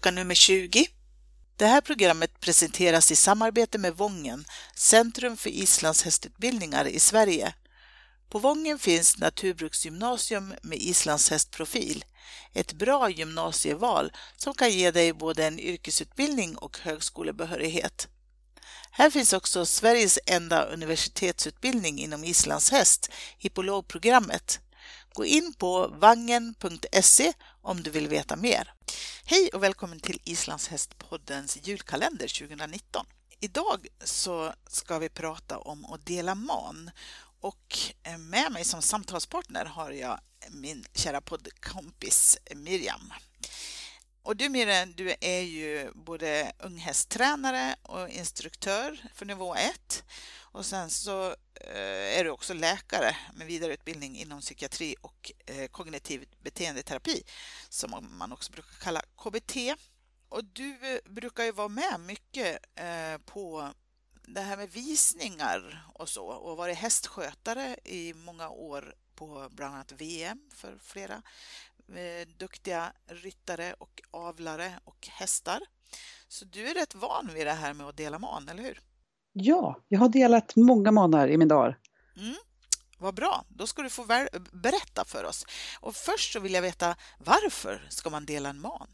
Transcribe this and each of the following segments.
lucka nummer 20. Det här programmet presenteras i samarbete med Vången, Centrum för islandshästutbildningar i Sverige. På Vången finns Naturbruksgymnasium med islandshästprofil. Ett bra gymnasieval som kan ge dig både en yrkesutbildning och högskolebehörighet. Här finns också Sveriges enda universitetsutbildning inom islandshäst, hippologprogrammet. Gå in på vangen.se om du vill veta mer. Hej och välkommen till Islandshästpoddens julkalender 2019. Idag så ska vi prata om att dela man. Och med mig som samtalspartner har jag min kära poddkompis Miriam. Och du Miriam, du är ju både unghästtränare och instruktör för nivå 1. Och sen så är du också läkare med vidareutbildning inom psykiatri och kognitiv beteendeterapi som man också brukar kalla KBT. Och du brukar ju vara med mycket på det här med visningar och så och varit hästskötare i många år på bland annat VM för flera duktiga ryttare och avlare och hästar. Så du är rätt van vid det här med att dela man, eller hur? Ja, jag har delat många manar i min dag. Vad bra, då ska du få berätta för oss. Och först så vill jag veta, varför ska man dela en man?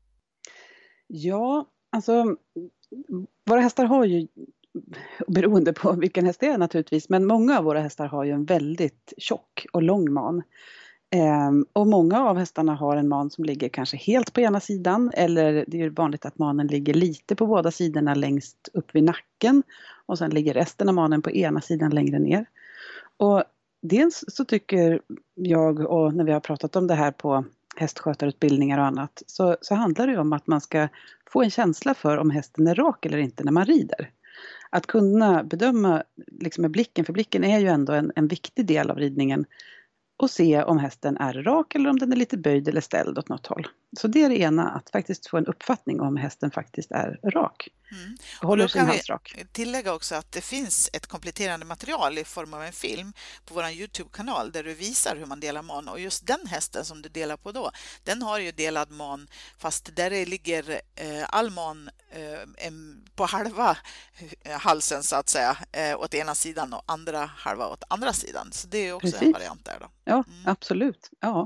Ja, alltså våra hästar har ju, beroende på vilken häst det är naturligtvis, men många av våra hästar har ju en väldigt tjock och lång man. Och många av hästarna har en man som ligger kanske helt på ena sidan, eller det är vanligt att manen ligger lite på båda sidorna längst upp vid nacken och sen ligger resten av manen på ena sidan längre ner. Och dels så tycker jag, och när vi har pratat om det här på hästskötarutbildningar och annat, så handlar det om att man ska få en känsla för om hästen är rak eller inte när man rider. Att kunna bedöma liksom med blicken, för blicken är ju ändå en viktig del av ridningen, och se om hästen är rak eller om den är lite böjd eller ställd åt något håll. Så det är det ena, att faktiskt få en uppfattning om hästen faktiskt är rak. Och då kan vi tillägga också att det finns ett kompletterande material i form av en film på vår YouTube-kanal där du visar hur man delar man. Och just den hästen som du delar på då, den har ju delad man, fast där ligger all man på halva halsen så att säga åt ena sidan och andra halva åt andra sidan. Så det är också Precis. En variant där då. Ja, absolut. Ja.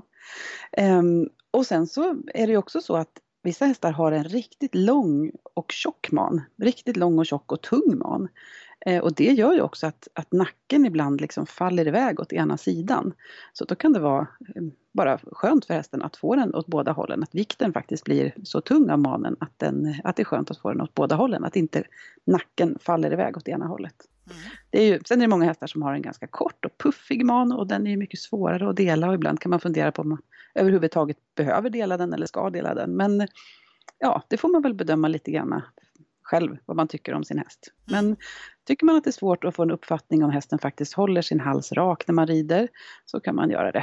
Och sen så är det ju också så att vissa hästar har en riktigt lång och tjock man. Riktigt lång och tjock och tung man. Och det gör ju också att nacken ibland liksom faller iväg åt ena sidan. Så då kan det vara bara skönt för hästen att få den åt båda hållen. Att vikten faktiskt blir så tung av manen att det är skönt att få den åt båda hållen. Att inte nacken faller iväg åt ena hållet. Sen är det många hästar som har en ganska kort och puffig man, och den är ju mycket svårare att dela, och ibland kan man fundera på om man överhuvudtaget behöver dela den eller ska dela den. Men ja, det får man väl bedöma lite grann själv vad man tycker om sin häst. Men tycker man att det är svårt att få en uppfattning om hästen faktiskt håller sin hals rak när man rider, så kan man göra det.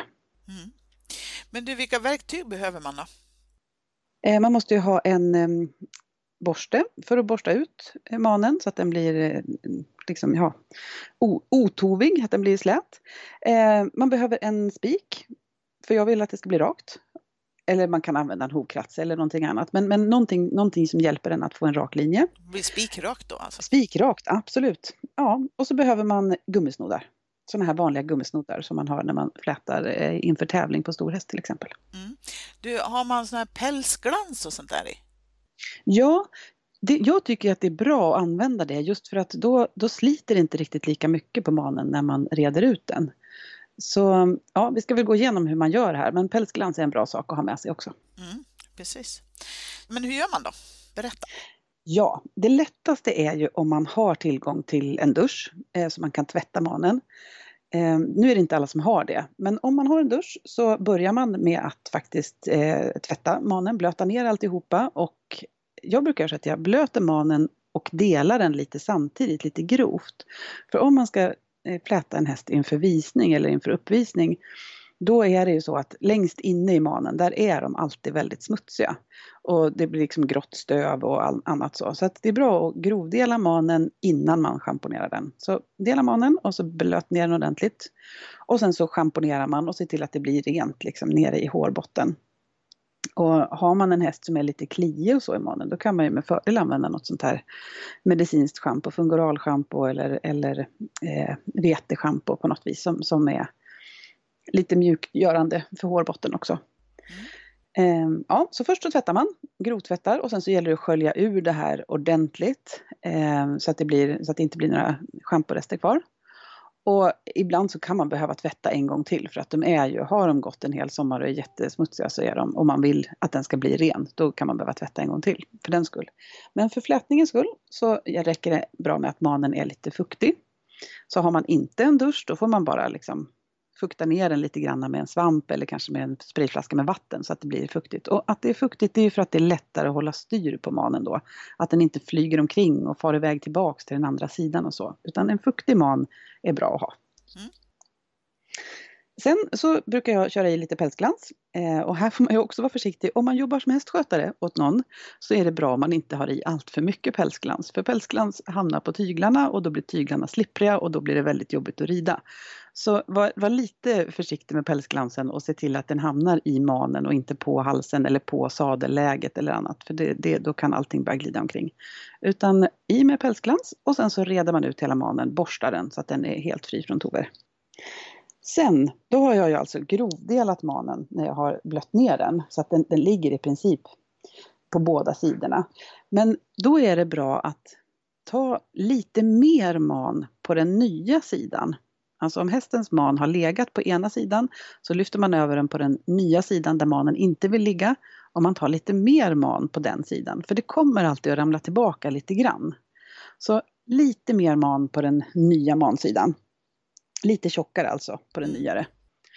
Men du, vilka verktyg behöver man då? Man måste ju ha en borste för att borsta ut manen så att den blir liksom, otovig, att den blir slät. Man behöver en spik, för jag vill att det ska bli rakt. Eller man kan använda en hovkrats eller någonting annat. Men någonting som hjälper den att få en rak linje. Blir spikrakt då alltså? Spikrakt, absolut. Ja, och så behöver man gummisnoddar. Sådana här vanliga gummisnoddar som man har när man flätar inför tävling på stor häst till exempel. Du, har man sån här pälsglans och sånt där i? Ja, jag tycker att det är bra att använda det, just för att då sliter det inte riktigt lika mycket på manen när man reder ut den. Så ja, vi ska väl gå igenom hur man gör här, men pälsglans är en bra sak att ha med sig också. Precis. Men hur gör man då? Berätta. Ja, det lättaste är ju om man har tillgång till en dusch så man kan tvätta manen. Nu är det inte alla som har det, men om man har en dusch så börjar man med att faktiskt tvätta manen, blöta ner alltihopa, och jag brukar säga att jag blöter manen och delar den lite samtidigt, lite grovt. För om man ska pläta en häst inför visning eller inför uppvisning, då är det ju så att längst inne i manen, där är de alltid väldigt smutsiga. Och det blir liksom grått stöv och annat så. Så att det är bra att grovdela manen innan man schamponerar den. Så dela manen och så blöt ner den ordentligt. Och sen så schamponerar man och ser till att det blir rent liksom nere i hårbotten. Och har man en häst som är lite kliig och så i manen, då kan man ju med fördel använda något sånt här medicinskt schampo, fungoralschampo eller veteschampo på något vis som är lite mjukgörande för hårbotten också. Ja, så först så tvättar man, grovtvättar, och sen så gäller det att skölja ur det här ordentligt så att det inte blir några schamporester kvar. Och ibland så kan man behöva tvätta en gång till för att har de gått en hel sommar och är jättesmutsiga så är de, om man vill att den ska bli ren, då kan man behöva tvätta en gång till för den skull. Men för flätningens skull så räcker det bra med att manen är lite fuktig. Så har man inte en dusch, då får man bara liksom fukta ner den lite grann med en svamp eller kanske med en sprayflaska med vatten så att det blir fuktigt. Och att det är fuktigt, det är ju för att det är lättare att hålla styr på manen då. Att den inte flyger omkring och far iväg tillbaks till den andra sidan och så. Utan en fuktig man är bra att ha. Sen så brukar jag köra i lite pälsglans. Och här får man ju också vara försiktig. Om man jobbar som hästskötare åt någon så är det bra om man inte har i allt för mycket pälsglans. För pälsglans hamnar på tyglarna och då blir tyglarna slippriga och då blir det väldigt jobbigt att rida. Så var lite försiktig med pälsglansen och se till att den hamnar i manen och inte på halsen eller på sadelläget eller annat. För då kan allting börja glida omkring. Utan i med pälsglans och sen så reder man ut hela manen, borstar den så att den är helt fri från tover. Sen, då har jag ju alltså grovdelat manen när jag har blött ner den. Så att den ligger i princip på båda sidorna. Men då är det bra att ta lite mer man på den nya sidan. Alltså om hästens man har legat på ena sidan så lyfter man över den på den nya sidan där manen inte vill ligga. Och man tar lite mer man på den sidan. För det kommer alltid att ramla tillbaka lite grann. Så lite mer man på den nya mansidan. Lite tjockare alltså på den nyare.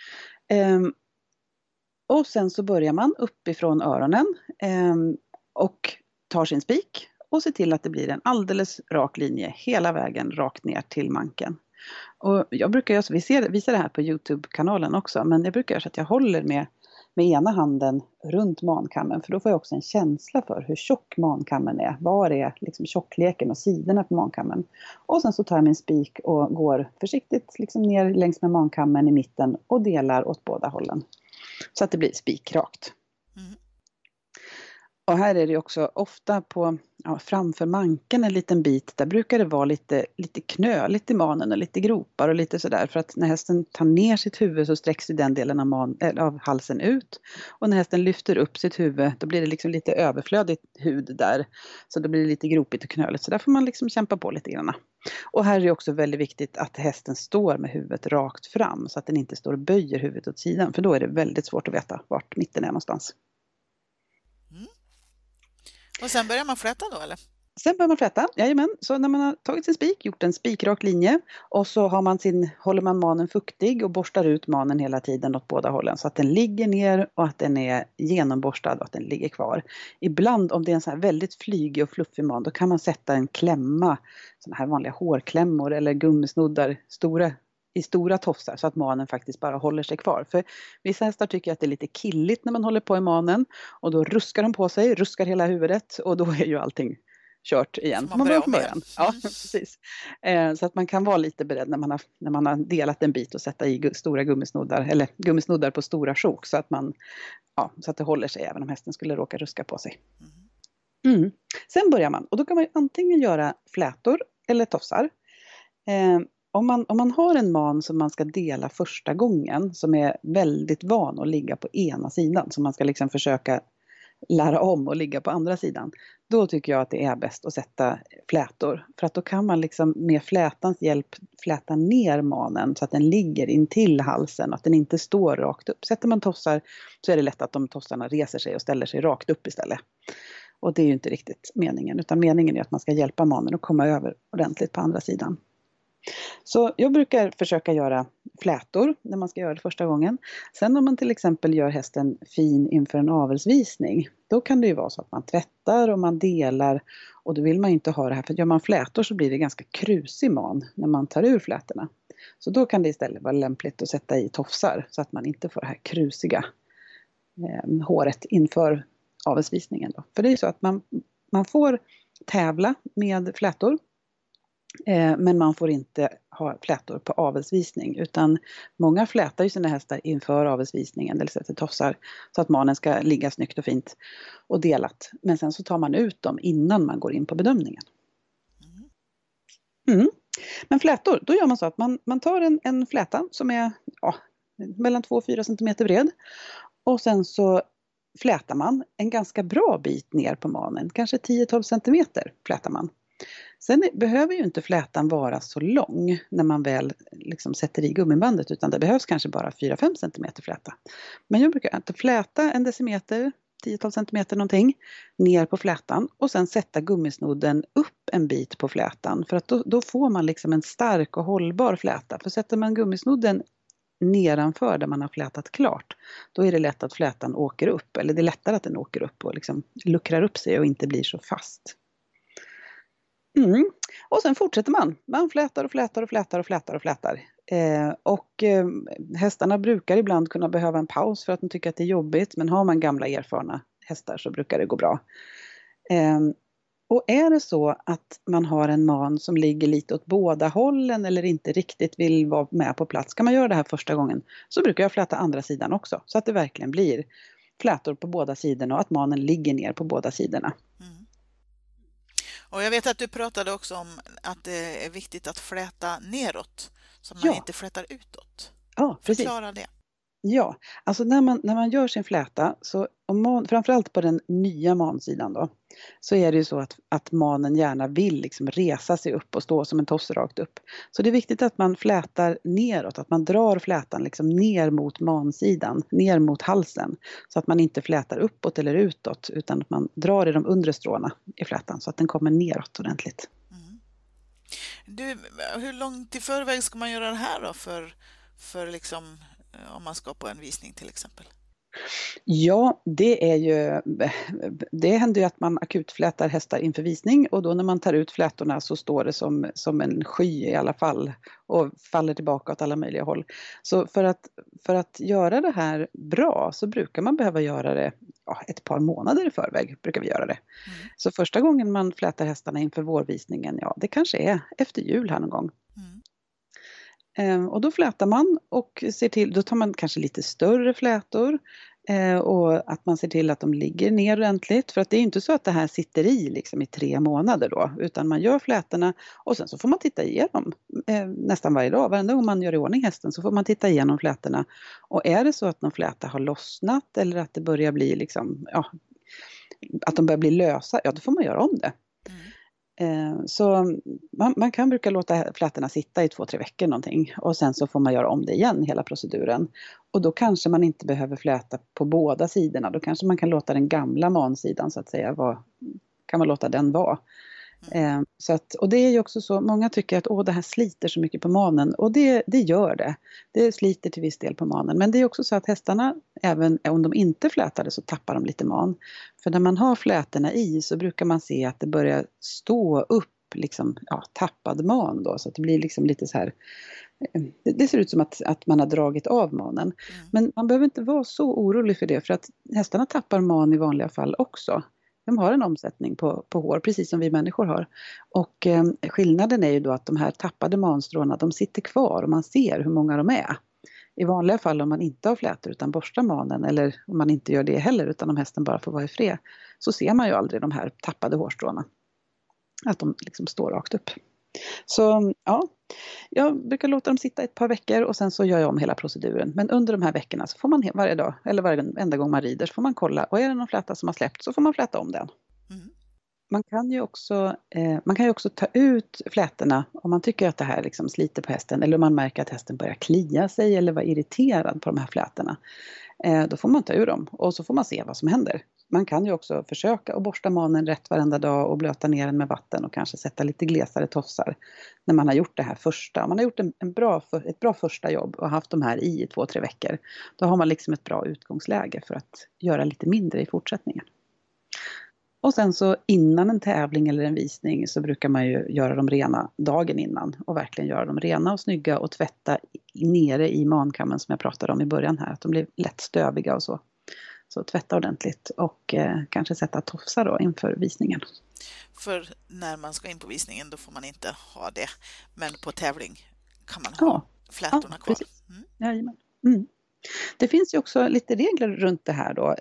Och sen så börjar man uppifrån öronen och tar sin spik och ser till att det blir en alldeles rak linje hela vägen rakt ner till manken. Och jag brukar göra så, visar det här på YouTube-kanalen också, men jag brukar göra så att jag håller med ena handen runt mankammen, för då får jag också en känsla för hur tjock mankammen är. Var är liksom tjockleken och sidorna på mankammen. Och sen så tar jag min spik och går försiktigt liksom ner längs med mankammen i mitten och delar åt båda hållen. Så att det blir spikrakt. Och här är det också ofta framför manken en liten bit. Där brukar det vara lite knöligt i manen och lite gropar och lite sådär. För att när hästen tar ner sitt huvud så sträcks ju den delen av halsen ut. Och när hästen lyfter upp sitt huvud då blir det liksom lite överflödigt hud där. Så då blir det lite gropigt och knöligt. Så där får man liksom kämpa på lite grann. Och här är det också väldigt viktigt att hästen står med huvudet rakt fram. Så att den inte står och böjer huvudet åt sidan. För då är det väldigt svårt att veta vart mitten är någonstans. Och sen börjar man fläta då eller? Sen börjar man fläta, jajamän. Så när man har tagit sin spik, gjort en spikrak linje och så håller man manen fuktig och borstar ut manen hela tiden åt båda hållen. Så att den ligger ner och att den är genomborstad och att den ligger kvar. Ibland om det är en så här väldigt flygig och fluffig man, då kan man sätta en klämma, såna här vanliga hårklämmor eller gummisnoddar i stora tofsar så att manen faktiskt bara håller sig kvar. För vissa hästar tycker att det är lite killigt när man håller på i manen och då ruskar de på sig, ruskar hela huvudet och då är ju allting kört igen. Man börjar om början. Ja, precis. Så att man kan vara lite beredd när man har delat en bit och sätta i stora gummisnoddar eller gummisnoddar på stora sjok så att det håller sig även om hästen skulle råka ruska på sig. Sen börjar man och då kan man ju antingen göra flätor eller tofsar. Om man har en man som man ska dela första gången som är väldigt van att ligga på ena sidan som man ska liksom försöka lära om och ligga på andra sidan, då tycker jag att det är bäst att sätta flätor. För att då kan man liksom med flätans hjälp fläta ner manen så att den ligger in till halsen, att den inte står rakt upp. Sätter man tofsar så är det lätt att de tossarna reser sig och ställer sig rakt upp istället. Och det är ju inte riktigt meningen, utan meningen är att man ska hjälpa manen att komma över ordentligt på andra sidan. Så jag brukar försöka göra flätor när man ska göra det första gången. Sen om man till exempel gör hästen fin inför en avelsvisning, då kan det ju vara så att man tvättar och man delar och då vill man inte ha det här. För gör man flätor så blir det ganska krusig man när man tar ur flätorna. Så då kan det istället vara lämpligt att sätta i tofsar så att man inte får det här krusiga håret inför avelsvisningen. Då. För det är ju så att man får tävla med flätor. Men man får inte ha flätor på avelsvisning, utan många flätar ju sina hästar inför avelsvisningen eller sätter tossar så att manen ska ligga snyggt och fint och delat. Men sen så tar man ut dem innan man går in på bedömningen. Men flätor, då gör man så att man tar en fläta som är mellan 2 och 4 cm bred. Och sen så flätar man en ganska bra bit ner på manen. Kanske 10-12 cm flätar man. Sen behöver ju inte flätan vara så lång när man väl liksom sätter i gummibandet. Utan det behövs kanske bara 4-5 cm fläta. Men jag brukar inte fläta 1 decimeter, 10-12 cm någonting, ner på flätan. Och sen sätta gummisnodden upp en bit på flätan. För att då får man liksom en stark och hållbar fläta. För sätter man gummisnodden nedanför där man har flätat klart, då är det lätt att flätan åker upp. Eller det är lättare att den åker upp och liksom luckrar upp sig och inte blir så fast. Och sen fortsätter man. Man flätar och flätar och flätar och flätar och flätar. Hästarna brukar ibland kunna behöva en paus för att de tycker att det är jobbigt. Men har man gamla erfarna hästar så brukar det gå bra. Och är det så att man har en man som ligger lite åt båda hållen eller inte riktigt vill vara med på plats, kan man göra det här första gången, så brukar jag fläta andra sidan också. Så att det verkligen blir flätor på båda sidorna och att manen ligger ner på båda sidorna. Och jag vet att du pratade också om att det är viktigt att fläta neråt så man inte flätar utåt. Ja, precis. Förklara det. Ja, alltså när man gör sin fläta, så framförallt på den nya mansidan då, så är det ju så att manen gärna vill liksom resa sig upp och stå som en toss rakt upp. Så det är viktigt att man flätar neråt, att man drar flätan liksom ner mot mansidan, ner mot halsen. Så att man inte flätar uppåt eller utåt, utan att man drar i de undre stråna i flätan så att den kommer neråt ordentligt. Hur långt i förväg ska man göra det här då för liksom, om man ska på en visning till exempel? Ja, det händer ju att man akutflätar hästar inför visning, och då när man tar ut flätorna så står det som en sky i alla fall och faller tillbaka åt alla möjliga håll. Så för att göra det här bra så brukar man behöva göra det ett par månader i förväg brukar vi göra det. Så första gången man flätar hästarna inför vårvisningen, det kanske är efter jul här någon gång. Och då flätar man och då tar man kanske lite större flätor och att man ser till att de ligger ner ordentligt. För att det är inte så att det här sitter i liksom i 3 månader då, utan man gör flätorna och sen så får man titta igenom nästan varje dag. Varje gång man gör i ordning hästen så får man titta igenom flätorna. Och är det så att någon fläta har lossnat eller att det börjar bli liksom, att de börjar bli lösa, då får man göra om det. Så man kan brukar låta flätorna sitta i 2-3 veckor någonting, och sen så får man göra om det igen, hela proceduren. Och då kanske man inte behöver fläta på båda sidorna, då kanske man kan låta den gamla mansidan så att säga kan man låta den vara. Och det är ju också så, många tycker att det här sliter så mycket på manen, och det gör det. Det sliter till viss del på manen, men det är också så att hästarna, även om de inte flätade, så tappar de lite man. För när man har flätorna i så brukar man se att det börjar stå upp liksom, tappad man då, så att det blir liksom lite så här, det ser ut som att man har dragit av manen. Men man behöver inte vara så orolig för det, för att hästarna tappar man i vanliga fall också. De har en omsättning på hår, precis som vi människor har. Och skillnaden är ju då att de här tappade manstråna, de sitter kvar och man ser hur många de är. I vanliga fall om man inte har flätor utan borstar manen, eller om man inte gör det heller utan om hästen bara får vara i fred, så ser man ju aldrig de här tappade hårstråna. Att de liksom står rakt upp. Så jag brukar låta dem sitta ett par veckor och sen så gör jag om hela proceduren. Men under de här veckorna så får man varje dag, eller varje enda gång man rider, så får man kolla. Och är det någon fläta som har släppt så får man fläta om den. Man kan ju också ta ut flätorna om man tycker att det här liksom sliter på hästen. Eller om man märker att hästen börjar klia sig eller vara irriterad på de här flätorna. Då får man ta ur dem och så får man se vad som händer. Man kan ju också försöka att borsta manen rätt varenda dag och blöta ner den med vatten och kanske sätta lite glesare tossar när man har gjort det här första. Om man har gjort ett bra första jobb och haft de här i 2-3 veckor, då har man liksom ett bra utgångsläge för att göra lite mindre i fortsättningen. Och sen så innan en tävling eller en visning så brukar man ju göra dem rena dagen innan och verkligen göra dem rena och snygga och tvätta nere i mankammen som jag pratade om i början här, att de blir lätt stöviga och så tvätta ordentligt och kanske sätta tofsar då inför visningen. för när man ska in på visningen då får man inte ha det. Men på tävling kan man ha flätorna kvar. Jajamän. Det finns ju också lite regler runt det här då.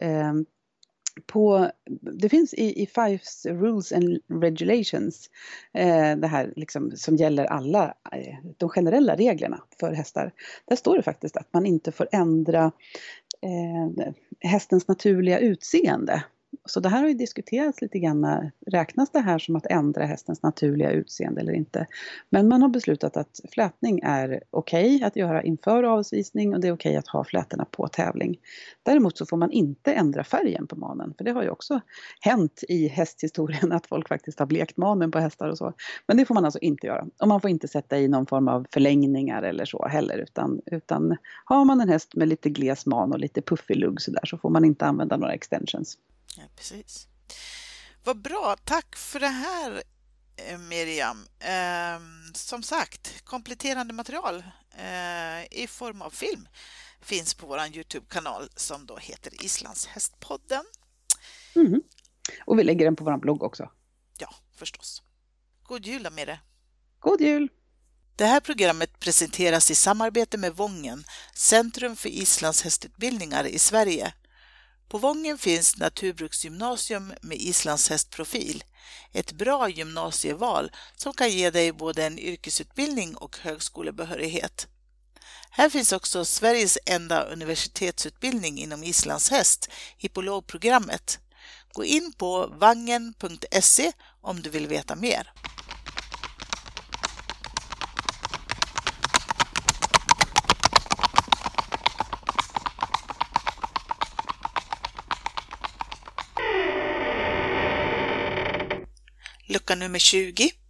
Det finns i FIFEs Rules and Regulations, det här liksom som gäller alla de generella reglerna för hästar. Där står det faktiskt att man inte får ändra hästens naturliga utseende. Så det här har ju diskuterats lite grann. Räknas det här som att ändra hästens naturliga utseende eller inte? Men man har beslutat att flätning är okej att göra inför avsvisning och det är okej att ha flätorna på tävling. Däremot så får man inte ändra färgen på manen. För det har ju också hänt i hästhistorien att folk faktiskt har blekt manen på hästar och så. Men det får man alltså inte göra. Och man får inte sätta i någon form av förlängningar eller så heller. Utan har man en häst med lite gles man och lite puffig lugg så där så får man inte använda några extensions. Ja, precis. Vad bra, tack för det här Miriam. Som sagt, kompletterande material i form av film finns på vår YouTube-kanal som då heter Islandshästpodden. Och vi lägger den på vår blogg också. Ja, förstås. God jul med det. God jul! Det här programmet presenteras i samarbete med Vången, Centrum för islandshästutbildningar i Sverige. På Vången finns naturbruksgymnasium med islandshästprofil. Ett bra gymnasieval som kan ge dig både en yrkesutbildning och högskolebehörighet. Här finns också Sveriges enda universitetsutbildning inom islandshäst, hippologprogrammet. Gå in på vangen.se om du vill veta mer. Lucka nummer 20.